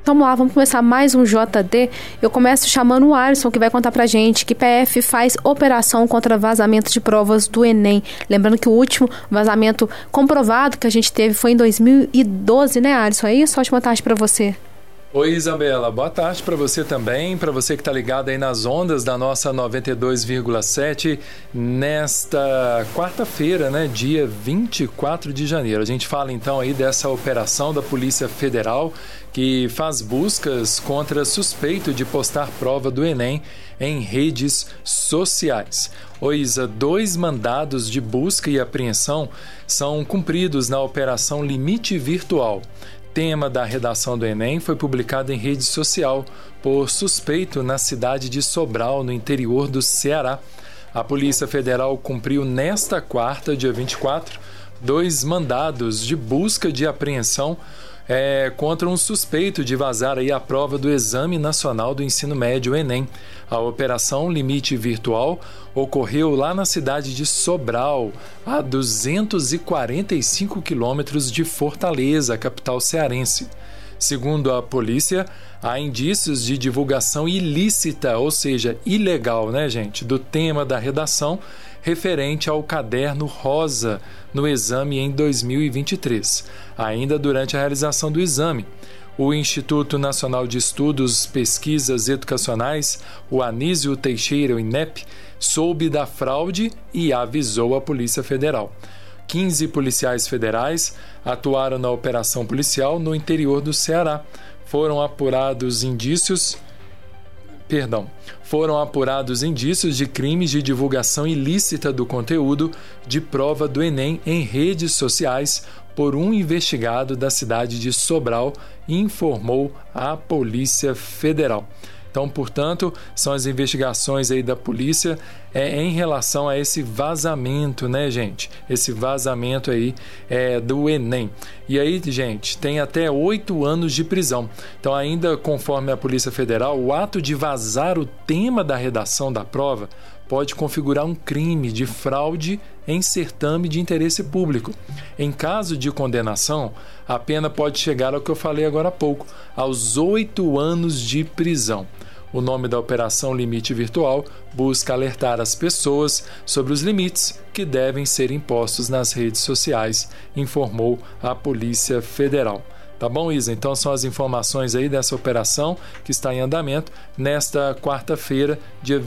Vamos lá, vamos começar mais um JD. Eu começo chamando o Alisson, que vai contar pra gente que PF faz operação contra vazamento de provas do Enem. Lembrando que o último vazamento comprovado que a gente teve foi em 2012, né, Alisson? É isso? Ótima tarde pra você. Oi, Isabela, boa tarde para você também, para você que está ligado aí nas ondas da nossa 92,7 nesta quarta-feira, né, dia 24 de janeiro. A gente fala então aí dessa operação da Polícia Federal que faz buscas contra suspeito de postar prova do Enem em redes sociais. Ô Isa, 2 mandados de busca e apreensão são cumpridos na Operação Limite Virtual. Tema da redação do Enem foi publicado em rede social por suspeito na cidade de Sobral, no interior do Ceará. A Polícia Federal cumpriu nesta quarta, dia 24, 2 mandados de busca de apreensão contra um suspeito de vazar aí a prova do Exame Nacional do Ensino Médio, Enem. A Operação Limite Virtual ocorreu lá na cidade de Sobral, a 245 quilômetros de Fortaleza, capital cearense. Segundo a polícia, há indícios de divulgação ilícita, ou seja, ilegal, né, gente, do tema da redação referente ao caderno rosa no exame em 2023. Ainda durante a realização do exame, o Instituto Nacional de Estudos Pesquisas Educacionais, o Anísio Teixeira, o INEP, soube da fraude e avisou a Polícia Federal. 15 policiais federais atuaram na operação policial no interior do Ceará. Foram apurados indícios de crimes de divulgação ilícita do conteúdo de prova do Enem em redes sociais por um investigado da cidade de Sobral, informou a Polícia Federal. Então, portanto, são as investigações aí da polícia em relação a esse vazamento, né, gente? Esse vazamento aí do Enem. E aí, gente, tem até 8 anos de prisão. Então, ainda conforme a Polícia Federal, o ato de vazar o tema da redação da prova pode configurar um crime de fraude em certame de interesse público. Em caso de condenação, a pena pode chegar ao que eu falei agora há pouco, aos 8 anos de prisão. O nome da Operação Limite Virtual busca alertar as pessoas sobre os limites que devem ser impostos nas redes sociais, informou a Polícia Federal. Tá bom, Isa? Então são as informações aí dessa operação que está em andamento nesta quarta-feira, dia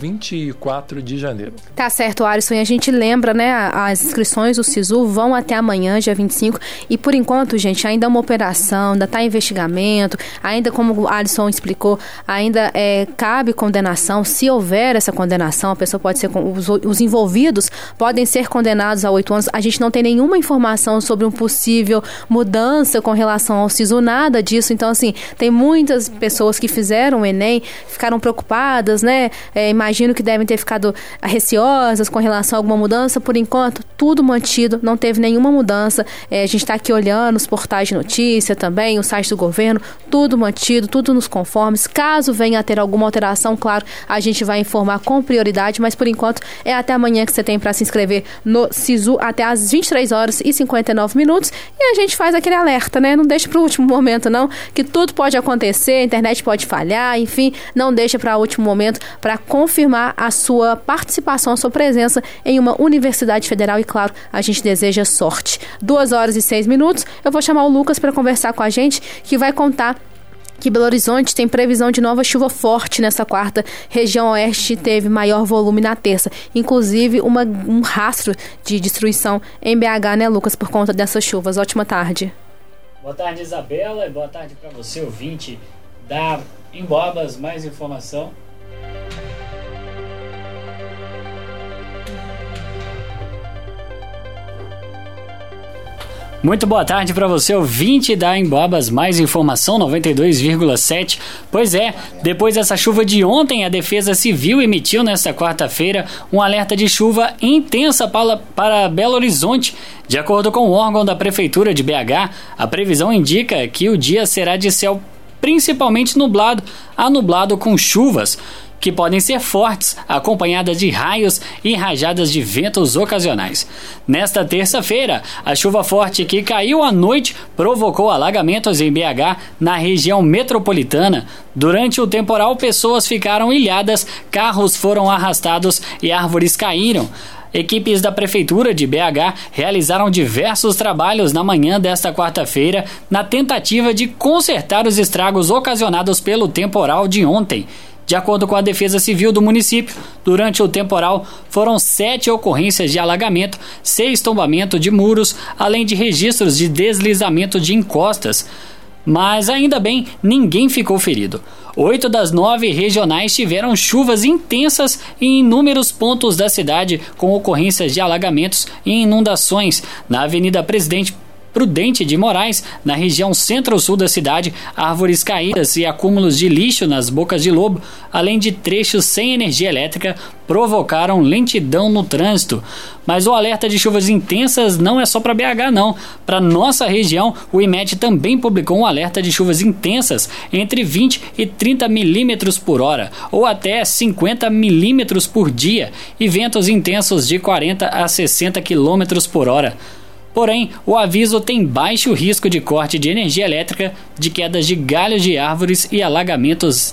24 de janeiro. Tá certo, Alisson. E a gente lembra, né, as inscrições do SISU vão até amanhã, dia 25. E por enquanto, gente, ainda é uma operação, ainda está em investigamento, ainda como o Alisson explicou, ainda cabe condenação. Se houver essa condenação, a pessoa pode ser, os envolvidos podem ser condenados a 8 anos. A gente não tem nenhuma informação sobre um possível mudança com relação ao SISU, nada disso. Então, assim, tem muitas pessoas que fizeram o Enem, ficaram preocupadas, né? Imagino que devem ter ficado receosas com relação a alguma mudança. Por enquanto, tudo mantido, não teve nenhuma mudança. A gente está aqui olhando os portais de notícia também, o site do governo, tudo mantido, tudo nos conformes. Caso venha a ter alguma alteração, claro, a gente vai informar com prioridade, mas por enquanto é até amanhã que você tem para se inscrever no SISU, até às 23 horas e 59 minutos, e a gente faz aquele alerta, né? Não deixa para o último momento, não, que tudo pode acontecer, a internet pode falhar, enfim, não deixa para o último momento para confirmar a sua participação, a sua presença em uma universidade federal e, claro, a gente deseja sorte. 2 horas e 6 minutos, eu vou chamar o Lucas para conversar com a gente, que vai contar que Belo Horizonte tem previsão de nova chuva forte nessa quarta. Região oeste teve maior volume na terça. Inclusive, um rastro de destruição em BH, né, Lucas, por conta dessas chuvas. Ótima tarde. Boa tarde, Isabela, e boa tarde para você, ouvinte da Emboabas. Mais informação. Muito boa tarde para você, ouvinte da Emboabas, mais informação 92,7. Pois é, depois dessa chuva de ontem, a Defesa Civil emitiu nesta quarta-feira um alerta de chuva intensa para Belo Horizonte. De acordo com o órgão da Prefeitura de BH, a previsão indica que o dia será de céu principalmente nublado a nublado com chuvas. que podem ser fortes, acompanhadas de raios e rajadas de ventos ocasionais. Nesta terça-feira, a chuva forte que caiu à noite provocou alagamentos em BH, na região metropolitana. Durante o temporal, pessoas ficaram ilhadas, carros foram arrastados e árvores caíram. Equipes da Prefeitura de BH realizaram diversos trabalhos na manhã desta quarta-feira na tentativa de consertar os estragos ocasionados pelo temporal de ontem. De acordo com a Defesa Civil do município, durante o temporal foram 7 ocorrências de alagamento, 6 tombamentos de muros, além de registros de deslizamento de encostas. Mas ainda bem, ninguém ficou ferido. 8 das 9 regionais tiveram chuvas intensas em inúmeros pontos da cidade, com ocorrências de alagamentos e inundações. Na Avenida Presidente Prudente de Moraes, na região centro-sul da cidade, árvores caídas e acúmulos de lixo nas bocas de lobo, além de trechos sem energia elétrica, provocaram lentidão no trânsito. Mas o alerta de chuvas intensas não é só para BH não. Para nossa região, o IMET também publicou um alerta de chuvas intensas entre 20 e 30 milímetros por hora, ou até 50 milímetros por dia, e ventos intensos de 40 a 60 quilômetros por hora. Porém, o aviso tem baixo risco de corte de energia elétrica, de quedas de galhos de árvores e alagamentos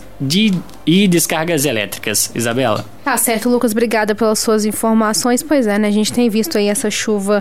e descargas elétricas. Isabela. Tá certo, Lucas. Obrigada pelas suas informações. Pois é, né? A gente tem visto aí essa chuva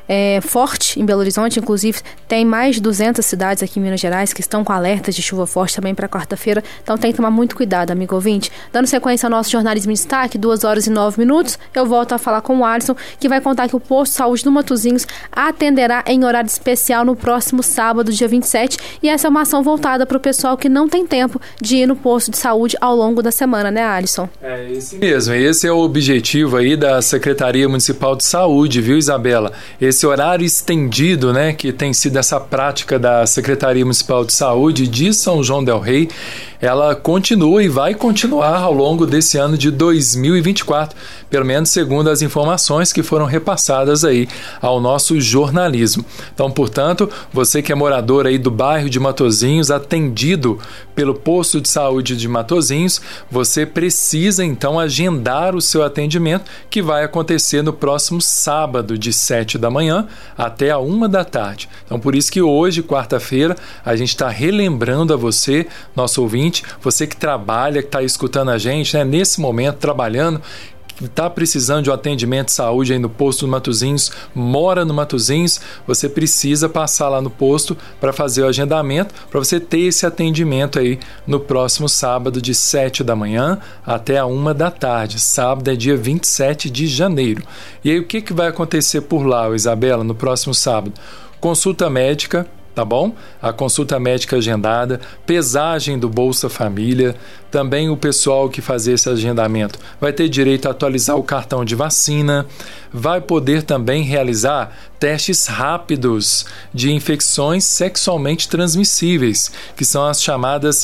forte em Belo Horizonte. Inclusive, tem mais de 200 cidades aqui em Minas Gerais que estão com alertas de chuva forte também para quarta-feira. Então tem que tomar muito cuidado, amigo ouvinte. Dando sequência ao nosso jornalismo em destaque, 2h09, eu volto a falar com o Alisson, que vai contar que o posto de saúde do Matozinhos atenderá em horário especial no próximo sábado, dia 27. E essa é uma ação voltada para o pessoal que não tem tempo de ir no posto de saúde ao longo da semana, né, Alisson? É esse mesmo. Esse é o objetivo aí da Secretaria Municipal de Saúde, viu, Isabela? Esse horário estendido, né, que tem sido essa prática da Secretaria Municipal de Saúde de São João del Rei, ela continua e vai continuar ao longo desse ano de 2024, pelo menos segundo as informações que foram repassadas aí ao nosso jornalismo. Então, portanto, você que é morador aí do bairro de Matozinhos, atendido pelo posto de saúde de Matozinhos, você precisa então agendar o seu atendimento, que vai acontecer no próximo sábado, de 7 da manhã até a 1 da tarde. Então, por isso que hoje, quarta-feira, a gente está relembrando a você, nosso ouvinte, você que trabalha, que está escutando a gente, né, nesse momento, trabalhando, está precisando de um atendimento de saúde aí no posto do Matozinhos, mora no Matozinhos, você precisa passar lá no posto para fazer o agendamento, para você ter esse atendimento aí no próximo sábado, de 7 da manhã até a 1 da tarde. Sábado é dia 27 de janeiro. E aí o que vai acontecer por lá, Isabela, no próximo sábado? Consulta médica, tá bom? A consulta médica agendada, pesagem do Bolsa Família, também o pessoal que fazer esse agendamento vai ter direito a atualizar o cartão de vacina, vai poder também realizar testes rápidos de infecções sexualmente transmissíveis, que são as chamadas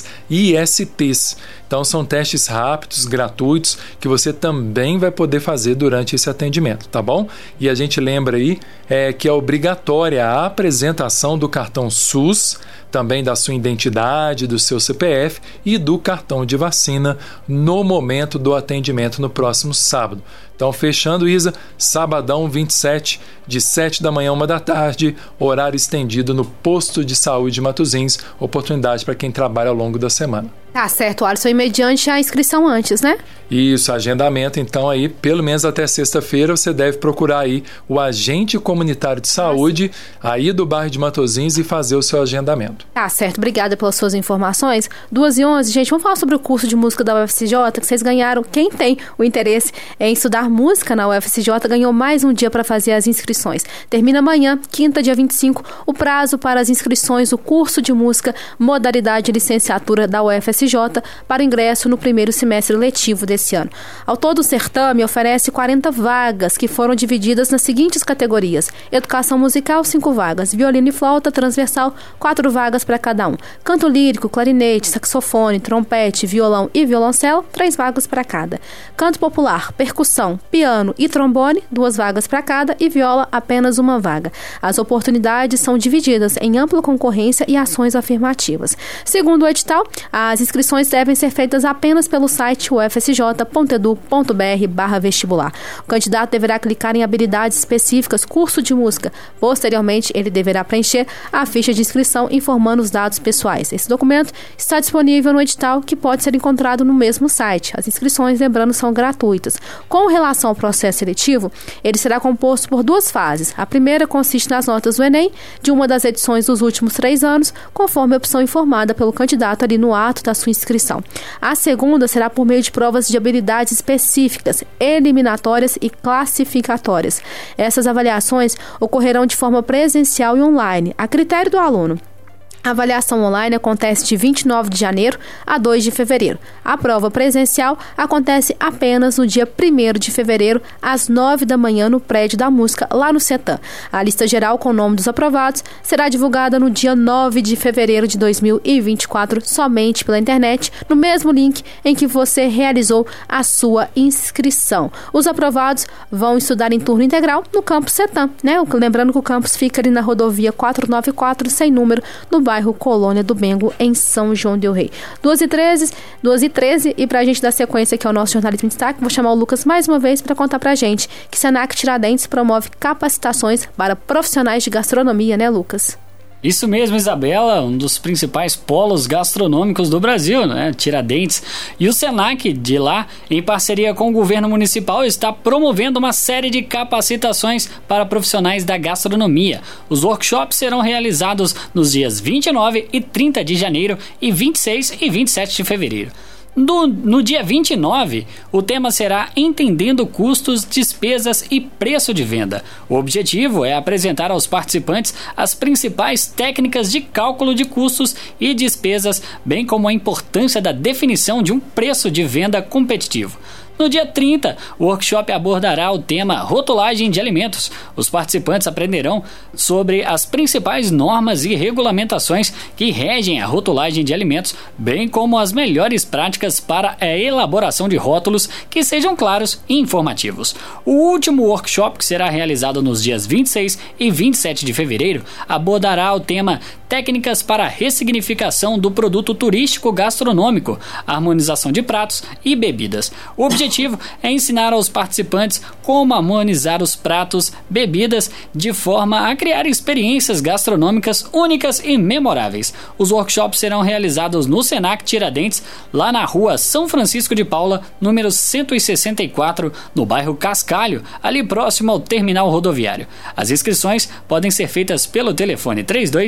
ISTs. Então são testes rápidos, gratuitos, que você também vai poder fazer durante esse atendimento, tá bom? E a gente lembra aí que é obrigatória a apresentação do cartão SUS, também da sua identidade, do seu CPF e do cartão de vacina no momento do atendimento no próximo sábado. Então, fechando, Isa, sabadão 27, de 7 da manhã a 1 da tarde, horário estendido no posto de saúde de Matozinhos, oportunidade para quem trabalha ao longo da semana. Tá certo, Alisson, e mediante a inscrição antes, né? Isso, agendamento, então aí, pelo menos até sexta-feira, você deve procurar aí o agente comunitário de saúde aí do bairro de Matozinhos e fazer o seu agendamento. Tá certo, obrigada pelas suas informações. 2h11, gente, vamos falar sobre o curso de música da UFCJ, que vocês ganharam. Quem tem o interesse em estudar música na UFCJ ganhou mais um dia para fazer as inscrições. Termina amanhã, quinta, dia 25, o prazo para as inscrições do curso de música modalidade licenciatura da UFCJ para ingresso no primeiro semestre letivo desse ano. Ao todo, o certame oferece 40 vagas, que foram divididas nas seguintes categorias: educação musical, 5 vagas, violino e flauta transversal, 4 vagas para cada um, canto lírico, clarinete, saxofone, trompete, violão e violoncelo, 3 vagas para cada, canto popular, percussão, piano e trombone, 2 vagas para cada, e viola, apenas 1 vaga. As oportunidades são divididas em ampla concorrência e ações afirmativas. Segundo o edital, as inscrições inscrições devem ser feitas apenas pelo site ufsj.edu.br/vestibular. O candidato deverá clicar em habilidades específicas, curso de música. Posteriormente, ele deverá preencher a ficha de inscrição informando os dados pessoais. Esse documento está disponível no edital, que pode ser encontrado no mesmo site. As inscrições, lembrando, são gratuitas. Com relação ao processo seletivo, ele será composto por 2 fases. A primeira consiste nas notas do Enem, de uma das edições dos últimos 3 anos, conforme a opção informada pelo candidato ali no ato da sua inscrição. A segunda será por meio de provas de habilidades específicas, eliminatórias e classificatórias. Essas avaliações ocorrerão de forma presencial e online, a critério do aluno. A avaliação online acontece de 29 de janeiro a 2 de fevereiro. A prova presencial acontece apenas no dia 1º de fevereiro, às 9 da manhã, no prédio da música, lá no CETAM. A lista geral com o nome dos aprovados será divulgada no dia 9 de fevereiro de 2024, somente pela internet, no mesmo link em que você realizou a sua inscrição. Os aprovados vão estudar em turno integral no campus CETAM, né? Lembrando que o campus fica ali na rodovia 494, sem número, no bairro Colônia do Bengo, em São João del Rei. 2h13, e pra gente dar sequência aqui ao nosso jornalismo em destaque, vou chamar o Lucas mais uma vez para contar pra gente que Senac Tiradentes promove capacitações para profissionais de gastronomia, né, Lucas? Isso mesmo, Isabela, um dos principais polos gastronômicos do Brasil, né? Tiradentes. E o Senac de lá, em parceria com o governo municipal, está promovendo uma série de capacitações para profissionais da gastronomia. Os workshops serão realizados nos dias 29 e 30 de janeiro e 26 e 27 de fevereiro. No dia 29, o tema será Entendendo Custos, Despesas e Preço de Venda. O objetivo é apresentar aos participantes as principais técnicas de cálculo de custos e despesas, bem como a importância da definição de um preço de venda competitivo. No dia 30, o workshop abordará o tema Rotulagem de Alimentos. Os participantes aprenderão sobre as principais normas e regulamentações que regem a rotulagem de alimentos, bem como as melhores práticas para a elaboração de rótulos que sejam claros e informativos. O último workshop, que será realizado nos dias 26 e 27 de fevereiro, abordará o tema Técnicas para a ressignificação do produto turístico gastronômico, harmonização de pratos e bebidas. O objetivo é ensinar aos participantes como harmonizar os pratos, bebidas, de forma a criar experiências gastronômicas únicas e memoráveis. Os workshops serão realizados no Senac Tiradentes, lá na rua São Francisco de Paula, número 164, no bairro Cascalho, ali próximo ao terminal rodoviário. As inscrições podem ser feitas pelo telefone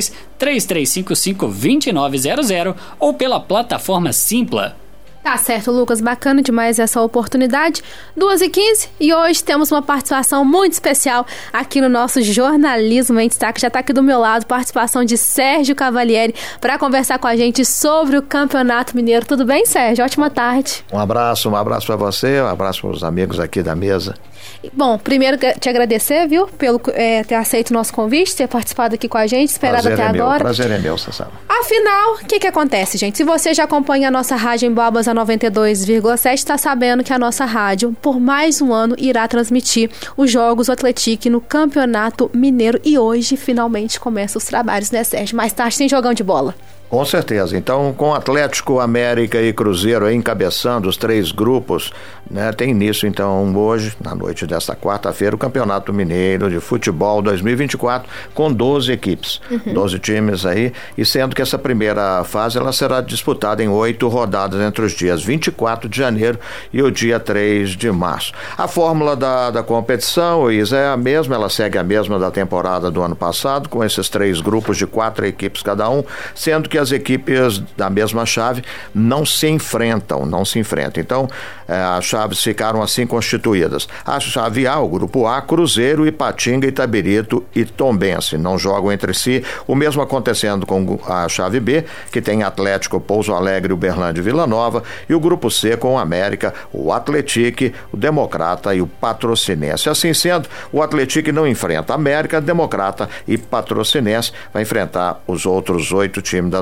32-3355-2900 ou pela plataforma Simpla. Tá certo, Lucas, bacana demais essa oportunidade. 2h15, e hoje temos uma participação muito especial aqui no nosso Jornalismo em Destaque. Já está aqui do meu lado, participação de Sérgio Cavalieri para conversar com a gente sobre o Campeonato Mineiro. Tudo bem, Sérgio? Ótima tarde. Um abraço para você, um abraço para os amigos aqui da mesa. Bom, primeiro te agradecer, viu, pelo ter aceito o nosso convite, ter participado aqui com a gente, esperado até agora. Prazer é meu, você sabe. Afinal, o que acontece, gente? Se você já acompanha a nossa rádio em Boabas a 92,7, está sabendo que a nossa rádio, por mais um ano, irá transmitir os jogos do Atlético no Campeonato Mineiro. E hoje, finalmente, começam os trabalhos, né, Sérgio? Mais tarde tem jogão de bola. Com certeza. Então, com Atlético, América e Cruzeiro aí encabeçando os 3 grupos, né, tem início, então, hoje, na noite desta quarta-feira, o Campeonato Mineiro de Futebol 2024, com 12 equipes, 12 times aí, e sendo que essa primeira fase ela será disputada em 8 rodadas entre os dias 24 de janeiro e o dia 3 de março. A fórmula da competição, Isa, é a mesma, ela segue a mesma da temporada do ano passado, com esses 3 grupos de 4 equipes cada um, sendo que as equipes da mesma chave não se enfrentam. Então, as chaves ficaram assim constituídas. A chave A, o grupo A, Cruzeiro, Ipatinga, Itabirito e Tombense não jogam entre si, o mesmo acontecendo com a chave B, que tem Atlético, Pouso Alegre, Uberlândia e Vila Nova, e o grupo C com o América, o Atlético, o Democrata e o Patrocinense. Assim sendo, o Atlético não enfrenta América, Democrata e Patrocinense, vai enfrentar os outros 8 times das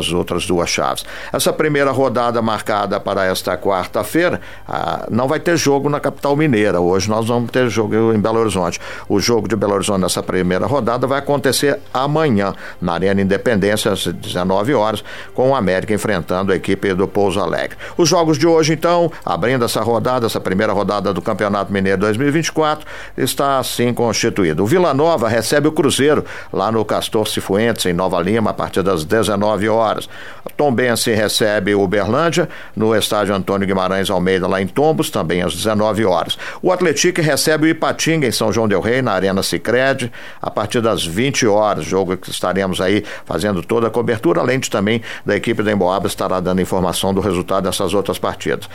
as outras duas chaves. Essa primeira rodada marcada para esta quarta-feira, não vai ter jogo na capital mineira. Hoje nós vamos ter jogo em Belo Horizonte. O jogo de Belo Horizonte nessa primeira rodada vai acontecer amanhã, na Arena Independência, às 19 horas, com o América enfrentando a equipe do Pouso Alegre. Os jogos de hoje, então, abrindo essa rodada, essa primeira rodada do Campeonato Mineiro 2024, está assim constituído. O Vila Nova recebe o Cruzeiro lá no Castor Cifuentes, em Nova Lima, a partir das 19 horas. Tombense recebe o Uberlândia no estádio Antônio Guimarães Almeida, lá em Tombos, também às 19 horas. O Atlético recebe o Ipatinga, em São João del Rei, na Arena Sicredi, a partir das 20 horas. Jogo que estaremos aí fazendo toda a cobertura, além de também da equipe da Emboabas estará dando informação do resultado dessas outras partidas.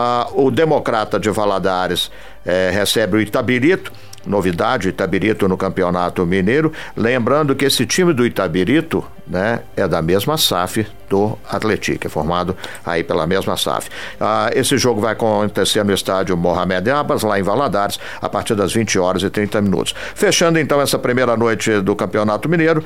O Democrata de Valadares recebe o Itabirito. Novidade, Itabirito no Campeonato Mineiro. Lembrando que esse time do Itabirito, né, é da mesma SAF do Atlético, é formado aí pela mesma SAF. Esse jogo vai acontecer no estádio Mohamed Abbas, lá em Valadares, a partir das 20 horas e 30 minutos. Fechando então essa primeira noite do Campeonato Mineiro,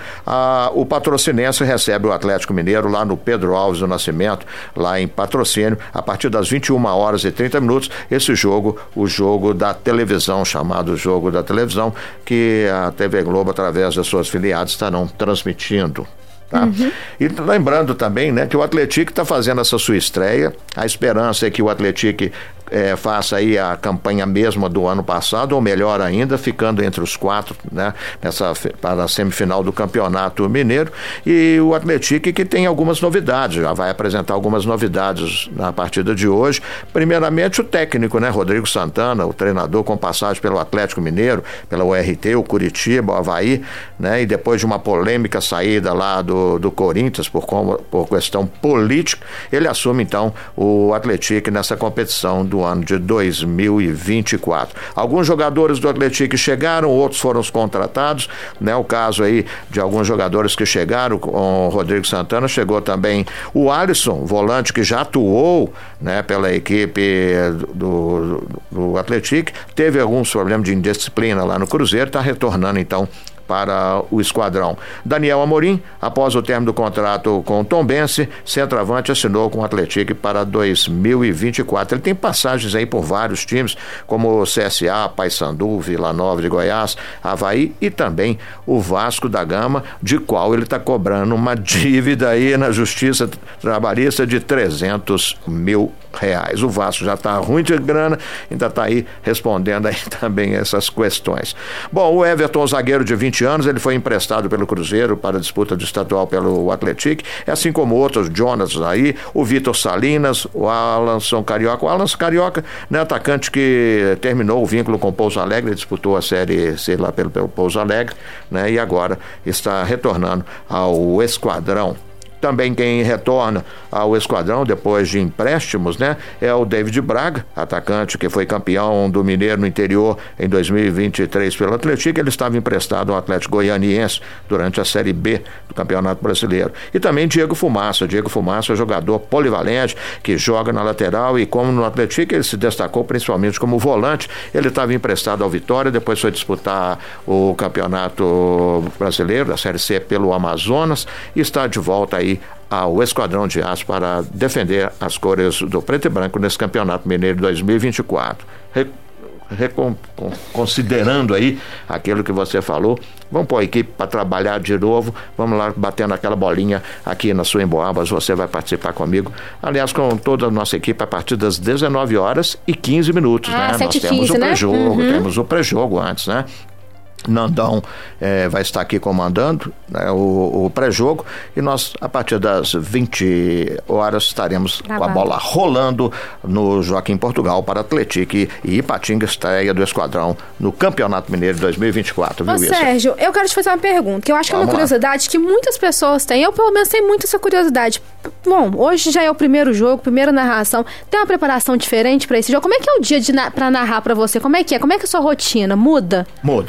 o Patrocinense recebe o Atlético Mineiro lá no Pedro Alves do Nascimento, lá em Patrocínio, a partir das 21 horas e 30 minutos. Esse jogo, o jogo da televisão, chamado Jogo da Televisão, que a TV Globo, através das suas filiadas, estarão transmitindo. Tá? E lembrando também, né, que o Atlético está fazendo essa sua estreia. A esperança é que o Atlético faça aí a campanha mesma do ano passado, ou melhor ainda, ficando entre os 4, né, para a semifinal do Campeonato Mineiro. E o Atlético que tem algumas novidades, já vai apresentar algumas novidades na partida de hoje. Primeiramente o técnico, né, Rodrigo Santana, o treinador com passagem pelo Atlético Mineiro, pela URT, o Curitiba, o Avaí, né, e depois de uma polêmica saída lá do Corinthians por questão política, ele assume então o Atlético nessa competição do ano de 2024. Alguns jogadores do Atlético chegaram, outros foram contratados, né? O caso aí de alguns jogadores que chegaram com o Rodrigo Santana, chegou também o Alisson, volante que já atuou, né, pela equipe do Atlético, teve alguns problemas de indisciplina lá no Cruzeiro, está retornando então para o esquadrão. Daniel Amorim, após o término do contrato com o Tombense, centroavante, assinou com o Atlético para 2024. Ele tem passagens aí por vários times, como o CSA, Paysandu, Vila Nova de Goiás, Avaí e também o Vasco da Gama, de qual ele está cobrando uma dívida aí na Justiça Trabalhista de R$300 mil. O Vasco já está ruim de grana, ainda está aí respondendo aí também essas questões. Bom, o Everton, zagueiro de 20 anos, ele foi emprestado pelo Cruzeiro para a disputa do estadual pelo Atlético, assim como outros, Jonas aí, o Vitor Salinas, o Alanson Carioca. O Alanson Carioca, né, atacante que terminou o vínculo com o Pouso Alegre, disputou a Série C lá pelo Pouso Alegre, né, e agora está retornando ao esquadrão. Também quem retorna ao esquadrão depois de empréstimos, né, é o David Braga, atacante que foi campeão do Mineiro no interior em 2023 pelo Atlético. Ele estava emprestado ao Atlético Goianiense durante a Série B do Campeonato Brasileiro. E também Diego Fumaça. Diego Fumaça é jogador polivalente que joga na lateral e, como no Atlético, ele se destacou principalmente como volante. Ele estava emprestado ao Vitória, depois foi disputar o Campeonato Brasileiro da Série C pelo Amazonas e está de volta aí ao Esquadrão de Aço para defender as cores do preto e branco nesse Campeonato Mineiro 2024. Considerando aí aquilo que você falou, vamos pôr a equipe para trabalhar de novo, vamos lá batendo aquela bolinha aqui na sua Emboabas, você vai participar comigo, aliás, com toda a nossa equipe a partir das 19 horas e 15 minutos, né? Nós temos o pré-jogo, temos o pré-jogo antes, né? Nandão vai estar aqui comandando, né, o pré-jogo, e nós a partir das 20 horas estaremos com a bola rolando no Joaquim Portugal para Atlético e Ipatinga, estreia do esquadrão no Campeonato Mineiro de 2024. Ô, Sérgio, eu quero te fazer uma pergunta, que eu acho que é uma curiosidade que muitas pessoas têm, eu pelo menos tenho muito essa curiosidade. Bom, hoje já é o primeiro jogo, primeira narração, tem uma preparação diferente para esse jogo? Como é que é o dia para narrar para você? Como é que é? Como é que é a sua rotina? Muda? Muda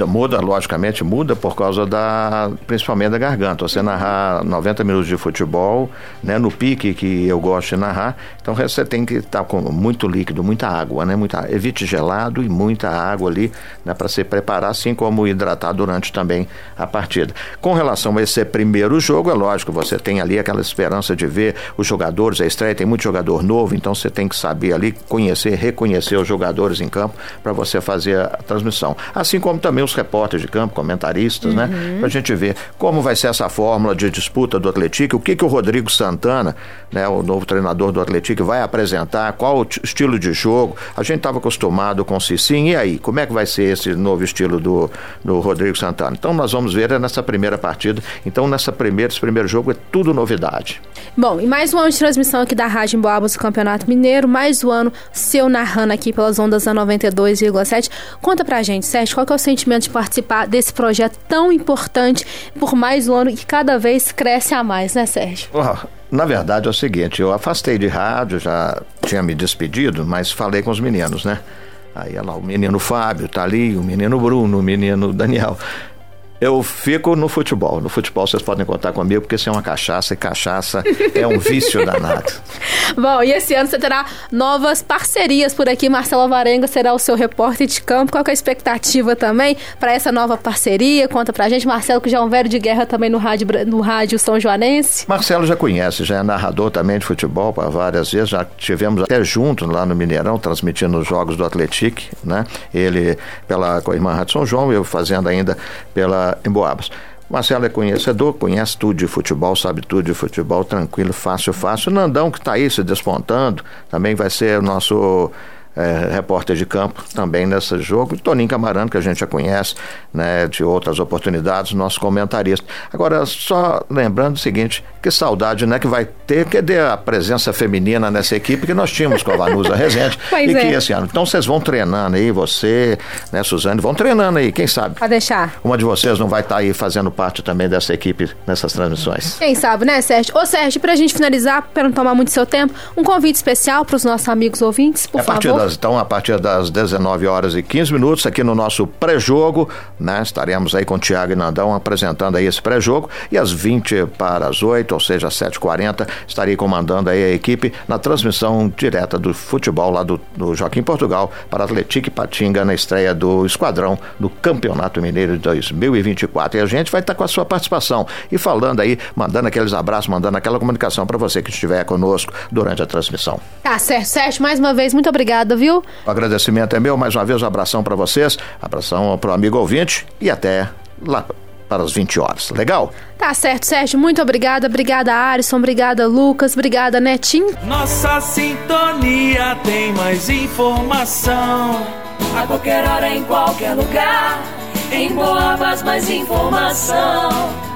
logicamente muda por causa principalmente da garganta. Você narrar 90 minutos de futebol, né, no pique que eu gosto de narrar, então você tem que estar com muito líquido, muita água, né, evite gelado e muita água ali, né, para se preparar, assim como hidratar durante também a partida. Com relação a esse primeiro jogo, é lógico, você tem ali aquela esperança de ver os jogadores, a estreia, tem muito jogador novo, então você tem que saber ali reconhecer os jogadores em campo para você fazer a transmissão. Assim como também os repórteres de campo, comentaristas, né? Pra gente ver como vai ser essa fórmula de disputa do Atlético, o que o Rodrigo Santana, né, o novo treinador do Atlético, vai apresentar, qual o estilo de jogo. A gente estava acostumado com o Cicinho, e aí, como é que vai ser esse novo estilo do Rodrigo Santana? Então nós vamos ver nessa primeira partida. Então esse primeiro jogo é tudo novidade. Bom, e mais um ano de transmissão aqui da Rádio Emboabas do Campeonato Mineiro, mais um ano seu narrando aqui pelas ondas da 92,7. Conta pra gente, Sérgio, qual que é o sentimento de participar desse projeto tão importante por mais um ano que cada vez cresce a mais, né, Sérgio? Na verdade é o seguinte, eu afastei de rádio, já tinha me despedido, mas falei com os meninos, né? Aí lá, o menino Fábio tá ali, o menino Bruno, o menino Daniel. Eu fico no futebol. No futebol vocês podem contar comigo, porque isso é uma cachaça, e cachaça é um vício danado. Bom, e esse ano você terá novas parcerias por aqui. Marcelo Alvarenga será o seu repórter de campo. Qual que é a expectativa também para essa nova parceria? Conta pra gente. Marcelo, que já é um velho de guerra também no rádio São Joanense. Marcelo já conhece, já é narrador também de futebol para várias vezes. Já tivemos até juntos lá no Mineirão, transmitindo os jogos do Atlético, né? Ele com a irmã Rádio São João, eu fazendo ainda pela Emboabas. Marcelo é conhecedor, conhece tudo de futebol, sabe tudo de futebol, tranquilo, fácil. Nandão, que está aí se despontando, também vai ser o nosso repórter de campo também nesse jogo. Toninho Camarano, que a gente já conhece, né, de outras oportunidades, nosso comentarista. Agora, só lembrando o seguinte, que saudade, né, que vai ter, cadê a presença feminina nessa equipe que nós tínhamos com a Vanusa Rezende e que esse ano. Então vocês vão treinando aí, você, né, Suzane, vão treinando aí, quem sabe? Pode deixar. Uma de vocês não vai estar aí fazendo parte também dessa equipe nessas transmissões. Quem sabe, né, Sérgio? Ô, Sérgio, pra gente finalizar, para não tomar muito seu tempo, um convite especial para os nossos amigos ouvintes, por favor. Então, a partir das 19h15, aqui no nosso pré-jogo, né, estaremos aí com o Thiago e Nandão apresentando aí esse pré-jogo, e às 20:08, ou seja, às 7h40, estarei comandando aí a equipe na transmissão direta do futebol lá do Joaquim Portugal para Atlético Ipatinga na estreia do Esquadrão do Campeonato Mineiro de 2024. E a gente vai estar com a sua participação e falando aí, mandando aqueles abraços, mandando aquela comunicação para você que estiver conosco durante a transmissão. Tá certo, Sérgio, mais uma vez, muito obrigada, viu? O agradecimento é meu, mais uma vez um abração para vocês, abração para o amigo ouvinte e até lá para as 20 horas. Legal? Tá certo, Sérgio, muito obrigada. Obrigada, Alisson, obrigada, Lucas, obrigada, Netinho. Nossa sintonia tem mais informação. A qualquer hora, em qualquer lugar, em Emboabas mais informação.